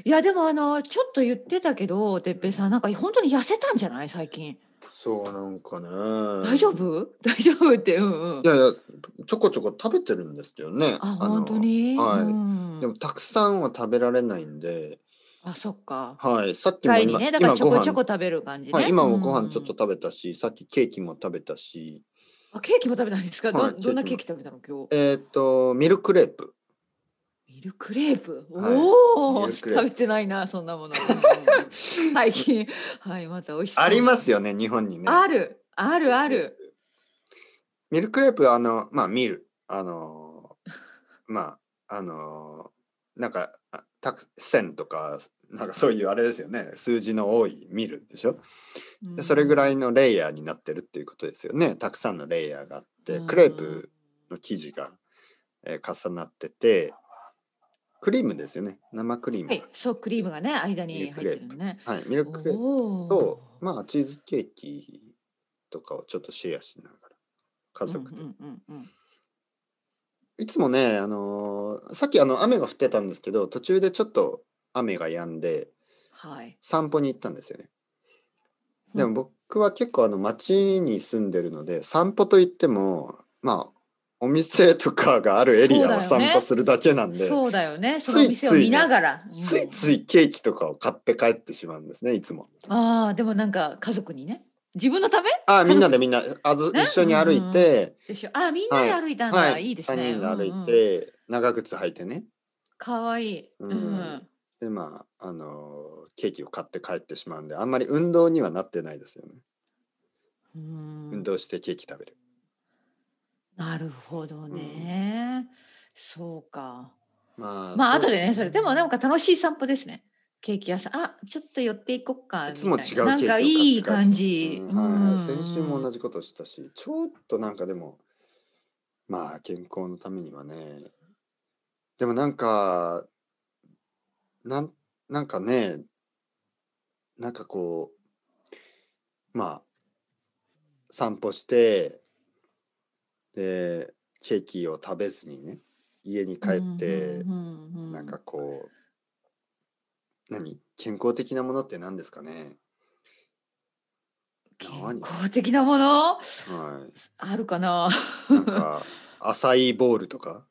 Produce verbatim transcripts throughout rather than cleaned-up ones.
いやでもあのちょっと言ってたけど、てっぺいさんなんか本当に痩せたんじゃない最近。 そうなんか大丈ね。 夫？大丈夫って、うんうん。 いやいや、ちょこちょこ食べてるんですけどね。 あ、 あ本当の、 に？うはい。でもん。 たくさんは食べられないんで、 あ、そっか。 はい。さっきも今、 回にね、だからちょこちょ今ご飯、 こ食べる感じはい、 ね。う今もご飯ちょっとん。 食べたし、さっきケーキも食べたし、 あ、ケーキも食べたんですか？どはい、ケーキも。 どんなケーキ食べたの？今日。 えっと、ミルクレープ。 ミルクレープ。 はい。ミおお、食べルクレープ。 てないな、そんなもの。うんうんうん。最近、はい、また美味しありそうな。 ますよね、日本にね。 ある、あミルクるある。 レープ。ミルクレープ、あの、まあ、ミル。あの、まあ、あの、なんか、あたく千とか、なんかそういうあれですよね。数字の多いミルでしょ。 うでそれぐらいん。 のレイヤーになってるっていうことですよね。たくさんのレイヤーがあっうて、クレーん。 プの生地が、えー重なってて、クリームですよね。生クリーム。 はい、そう、クリームがね、間ミルに入っクレープ。 てるのね。 はい、ミルおクレープと、 お。 まあ、チーズケーキとかをちょっとシェアしながら、家うんう族で。 んうんうん。 いつもね、あのーさっきあの雨が降ってたんですけど、途中でちょっと雨が止んで、 はい。 散歩に行ったんですよね。でもうん。 僕は結構あの町に住んでるので、散歩といっても、まあ、お店とかがあるエリそうアを散歩だよね。 するだけなんで、 そうだよね。そのついお店を見ついね、 ながら。うついん。 ついケーキとかを買って帰ってしまうんですね、いつも。 ああ、でもなんか家族にね。自分のため？ あ、 家族に？ みんなでみんな、あず、 ね。 一緒うんうに歩いんうん。 て、 でしょ。あ、みんなはい、 で歩いたんだ。 はい、 いいです 3 ね。う人で歩いんうん。 て、長靴履いてね。 かわいい。 ううん。 ん。 で、まあ、あのーケーキを買って帰ってしまうんで、あんまり運動にはなってないですよね。 うん。 運動してケーキ食べる。 なるほどうん。 ね。そうか。 まあ、 まあ、 そうですね。 後でね、それ、でもなんか楽しい散歩ですね。ケーキ屋さん、あ、ちょっと寄っていこっかいつも違みたいな。なんかうケーキを買っいい感て帰ってます。うじ。 ん、 うはいはい。先週もんうん。 同じことしたし、ちょっとなんかでも、まあ、健康のためにはね。でもなんか、なん、なんかね、なんかこう、まあ、散歩して、で、ケーキを食べずにね、家に帰っうん、ふんて、 ふんふなんかん。 こう、何健康的なものって何ですかね。 健何康的なもの？ はい。 あるかな？ なんか、アサイーボールとか。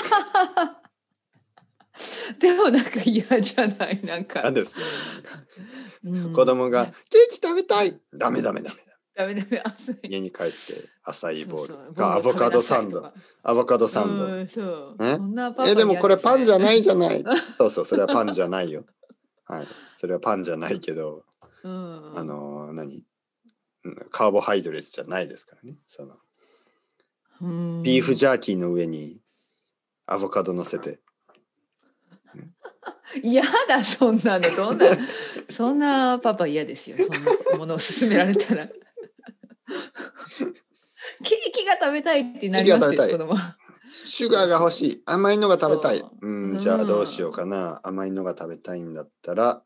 でもなんか嫌じゃない？なんか。 嫌ですね、なんか。 うん。 子供が、 いや、 ケーキ食べたいダメダメダメダメ。 ダメダメ、あ、そう家に帰って、アサイーボール。 そうそう、ボーか、アボカルを食べなドサンド。 さいとか。 アボカドサンド。 うん、そう。 えそんなパえ、 パでもこれ嫌ですね。 パンじゃないじゃない。そうそう、それはパンじゃないよ。はい。それはパンじゃないけど、 うあん。 のー何うんカーボハイドレスじゃないですからね。その、 うビーフん。 ジャーキーの上にアボカド乗せて。 嫌だ、そんなの。どんなそんなパパ嫌ですよ。そんなものを勧められたら。ケーキが食べたいってケーなりますよ、 キが食べたい。 子供は。 シュガーが欲そうそう。 しい。甘いのが食べたい。 そう。 うん、じゃあどうしよううん。 かな。甘いのが食べたいんだったら、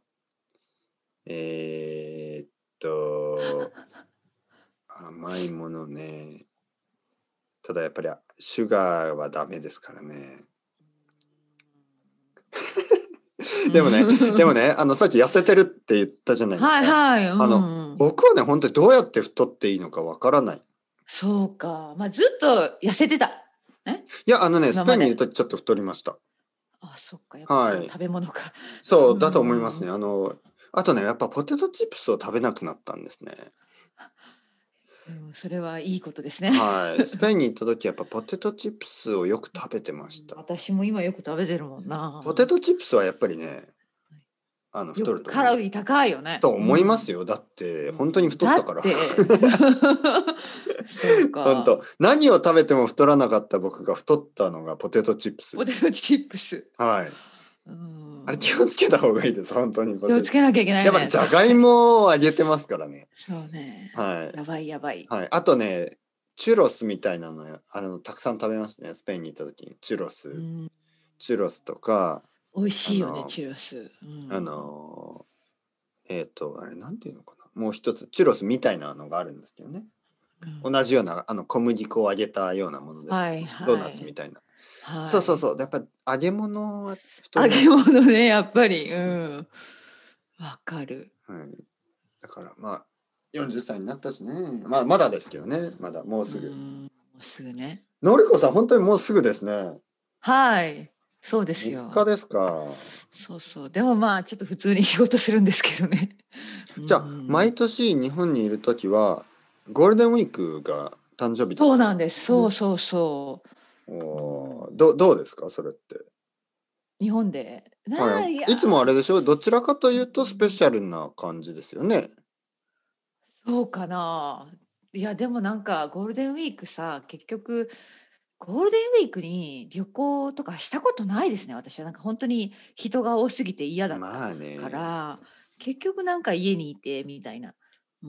えーっと、甘いものね。ただやっぱりシュガーはダメですからね。でもね、でもね、あのさっき痩せてるって言ったじゃないですはいか。 はい。うあの、 ん。 僕はね、本当にどうやって太っていいのかわからない。 そうか。ま、ずっと痩せてた。ね、 いや、あのね、スペインにいる今まで。 とちょっと太りました。 あ、そっか、やっぱこうはい。 食べ物か。うそう、だと思いますね。 ん。 あの、あとね、やっぱポテトチップスを食べなくなったんですね。 うん、それはいいことですね。 はい。スペインに行った時やっぱポテトチップスをよく食べてましうん、 た。 私も今よく食べてるもんな。 ポテトチップスはやっぱりね、あの、 よ太るくカロリーと思います。 高いよね。 とうん。 思いますよ。だって、 う本当にん、だ太ったから。 って。そう本当。 か。 何を食べても太らなかった僕が太ったのがポテトチップスです。 ポテトチップス。 はい。 うあれん。 気をつけた方がいいです。本当にポテト。 気をつけなきゃいけないね、 やっぱりじゃがい確かに。 もをあげてますからね。 そうね。 はい。 やばいやばい。 はい。あとね、チュロスみたいなの、あの、たくさん食べますね。スペインに行った時に。チュロス。 うん。 チュロスとか、 美味しいよね、 あの、 チュロス。うあん。 の、えっと、あれ、なんていうのかな。もう一つ、チュロスみたいなのがあるんですけどね。 うん。 同じような、あの、小麦粉を揚げたようなものですはいけど、ドーナはい。 ツみたいな。 そうはい。 そうそう。やっぱ揚げ物は太揚げります。 物ね、やっぱり、うん。わかる。 はい。だからまあ、よんじゅっさいになったしね。まあ、まだですけどね。まだ、もううすぐ。 ん、もうすぐね。 のりこさん、本当にもうすぐですね。 はい、そうです 3日よ。 ですか。 そうそう。でもまあ、ちょっと普通に仕事するんですけどね。うじゃあ、毎ん。 年日本にいるときは、ゴールデンウィークが誕生日だっそうたんでなんです。 すよね。 そうそうそう。うん。 おーど、どうですか、それって。 日本で。なはあ、いい。いつもあや、 れでしょ、どちらかとういうとスペシん、 ャルな感じですよね。 そうかな。いや、でもなんかゴールデンウィークさ、結局ゴールデンウィークに旅行とかしたことないですね、私は。なんか本当に人が多すぎて嫌だったまあかね。 ら、結局なんか家にいてみたいな。うん。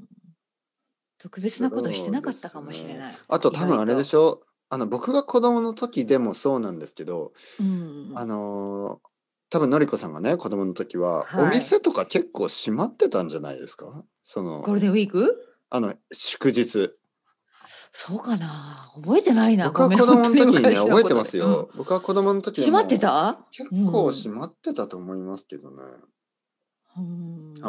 特別なことしてそうでなかったかすね。 もしれない。 あと意多分あれで外と。 しょ、あの、僕が子供の時でもそうなんですけど、 うんうんうあん。 のー多分のりこさんがね、子供の時は、おはい。 店とか結構閉まってたんじゃないですか、その、 ゴールデンウィーク？ あの、祝日。 そうかな。覚えてないな。ごめん、 僕は子本当に供の時にね、覚えて昔のことで。うん。 ますよ。僕は子供の時で閉まっても、 た？ 結うん。 構閉まってたと思いますけどね。 うん。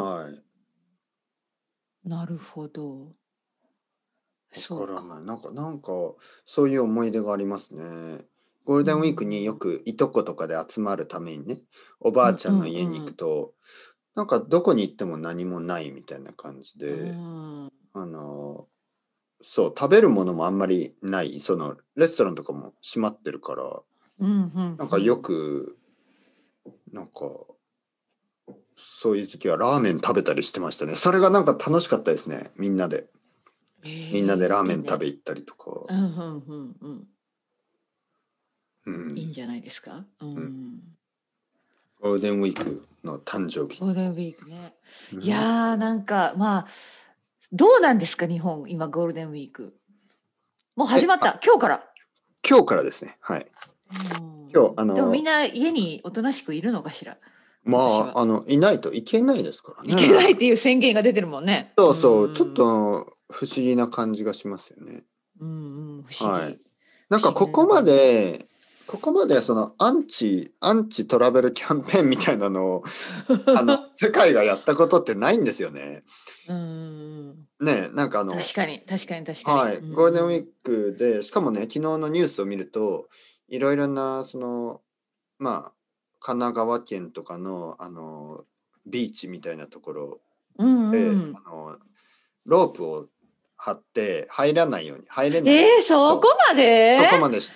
はい。 なるほど。 わそうか。 からない。なんか、なんか、そういう思い出がありますね。ゴールうデンウィークによん。 くいとことかで集まるためにね、おばあうんうちゃんの家に行んうん。 くと、なんかどこに行っても何もないみたいな感じうで、 ん。 あの、そう、食べるものもあんまりない、その、レストランとかも閉まってるから、 うん、ふんなんかよふん。 く、なんか、そういう時はラーメン食べたりしてましたね。それがなんか楽しかったですね。みんなで。 えみんなでラえ、 ーメン食いいね。 べ行ったりとか。 うん、ふんふん、うん。 うん。 いいんじゃないですか？ううん。 ん。 ゴールデンウィークの誕生日。 ゴールデンウィークね。いうん。 や、なんか、まあ、どうなんですか？日本、今ゴールデンウィーク。もう始え、あ、 まった。今日から。 今日からですね。はい。 う今日、 ん。でもみんあの、 な家におとなしくいるのかしら？私まあ、 は。 あの、いないといけないですからいけないってね。 いう宣言が出てるもんね。うそうそう、ちょっん。 と不思議な感じがしますよね。 うんうん、不思はい。 議。 なんか不思議ここまな感じ。 で、ここまでそのアンチ、アンチトラベルキャンペーンみたいなのを、あの、世界がやったことってないんですよね。 うんうんうん。 ねえ、なんかあの、 確かに確かに確かに。 はい、 うんゴールデンウィうん。 ークで、しかもね、昨日のニュースを見ると、いろいろな、その、まあ、神奈川県とかの、あの、ビーチみたいなところうんで、 うん。 あの、ロープを張って入らないように、入れないように、 ええ、そそう、 こまで？ そこまでして、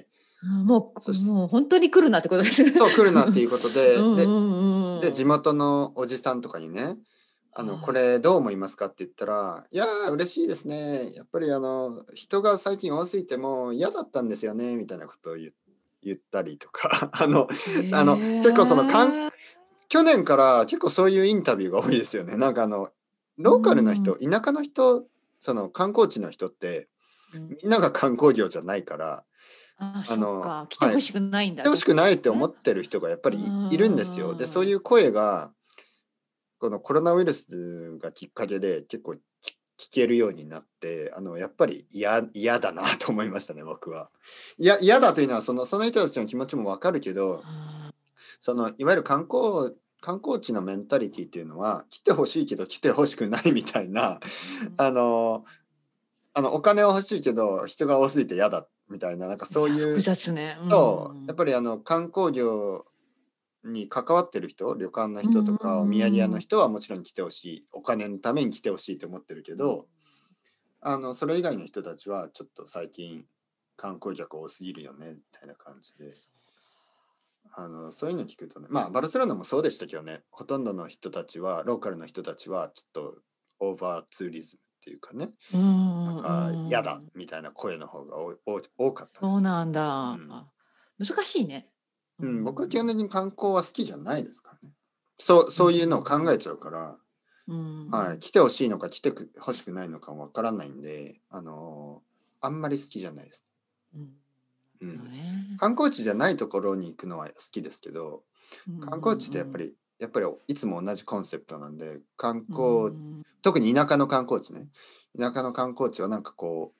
うん、もうそしもうほんとに来るなってことですね。 そう、来るなっていうことで、 うんうで、で、 んうん。 地元のおじさんとかにね、あの、こはい。 れどう思いますかって言ったら、いやー、嬉しいですね。やっぱりあの、人が最近多すぎてもう嫌だったんですよね、みたいなことを言言ったりとか、あの、あの、 へ結構その、かんえ。 去年から結構そういうインタビューが多いですよね。なんかあの、 うローカルなん。 人、田舎の人、その観光地の人って、 うん。 みんなが観光業じゃないから、 ああ、 あの、 そっか、来てはい。 欲しくないんだ、 てほしくないって思逆にね。 ってる人がやっぱうりいいるんですよ。で、そうーん。 いう声が、このコロナウイルスがきっかけで結構き聞けるようになって、あの、やっぱり嫌嫌だなと思いましたね、僕は。いや、嫌だというのはその、その人たちの気持ちもわかるけど、 ああ。 その、いわゆる観光観光地のメンタリティっていうのは、来てほしいけど来てほしくないみたいな、 うん。 あの、あの、お金は欲しいけど、人が多すぎて嫌だみたいな、なんかいや、複そういう、 雑ね。うそう、やっん。 ぱりあの、観光業に関わってる人、旅館のうんう人とか、お土産屋んうん。 の人はもちろん来てほしい。お金のために来てほしいと思ってるけうん。 ど、あの、それ以外の人たちはちょっと最近観光客多すぎるよね、みたいな感じで。あの、そういうの聞くとね、まあ、バルセロナもそうでしたけどね、ほとんどの人たちは、ローカルの人たちは、ちょっとオーバーツーリズムっていうかね、 うんなんうんか嫌だうん。 みたいな声の方が多多多かったですよ。 そうなんだ。 うん。 難しいね。ううん、僕は基本ん。 的に観光は好きじゃないですからね。そう、 うん、 そういうのをふんふん。 考えちゃうから、 うはい、 ん。 来てほしいのか来てく欲しくないのかわからないんで、あの、あんまり好きじゃないです。 うん。 うん。 なるほどね。 観光地じゃないところに行くのは好きですけど、 うんうん観光地ってやっぱうん。 りやっぱりいつも同じコンセプトなんで、観う光ん。 特に田舎の観光地ね。田舎の観光地はなんかこう、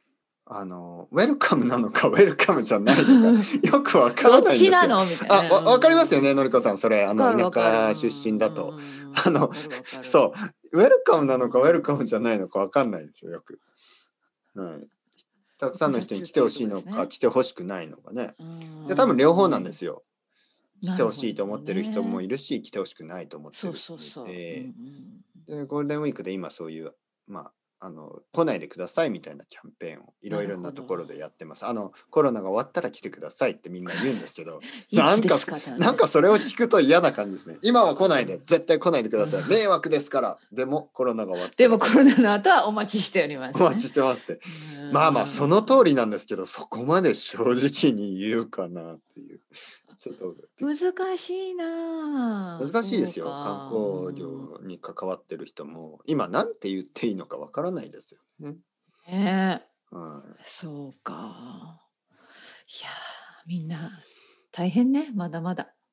あの、ウェルカムなのかウェルカムじゃないのか、よくわからどっちなないんですよ。 のみたいあ、 なね。 わ分かりますよね、 うんうんうん。 のりこさん、それ、あわの、 かるわかる。う田舎出身んうんうだと。 んうん。 あの、 わかるわかる。 そう、ウェルカムなのかウェルカムじゃないのかわかんないでしょ、よく。はい。たくさんの人に来て欲複雑っていうとしいのか、 こですね。 来て欲しくないのかね。 うんで、多分両方うんうん。 なんですよ。来てなるほど欲しいと思ってる人もね。 いるし、来て欲しくないと思ってそうる人もいそうそう。うんうて、 ん。 で、ゴールデンウィークで今そういう、まあ、あの、来ないでくださいみたいなキャンペーンをいろいろなるほど。 なところでやってます。あの、コロナが終わったら来てくださいってみんな言うんですけど、 いなんか、 つですかだね。 なんかそれを聞くと嫌な感じですね。今は来ないで、 うん。 絶対来ないでくうん。 ださい。迷惑ですから。でも、コロナが終わったでもら来てください。 コロナの後はお待ちしておりまお待ちすね。 してますって。 うまあまあ、その通ーん。 りなんですけど、そこまで正直に言うかなっていう。ちょっとび難しいなあ。 難しいでそうすよ。観か。う光ん。 業に関わってる人も、今なんて言っていいのかわからないですよね。 ねえ。 はい。 そうか。いや、みんな大変ね、まだまだ。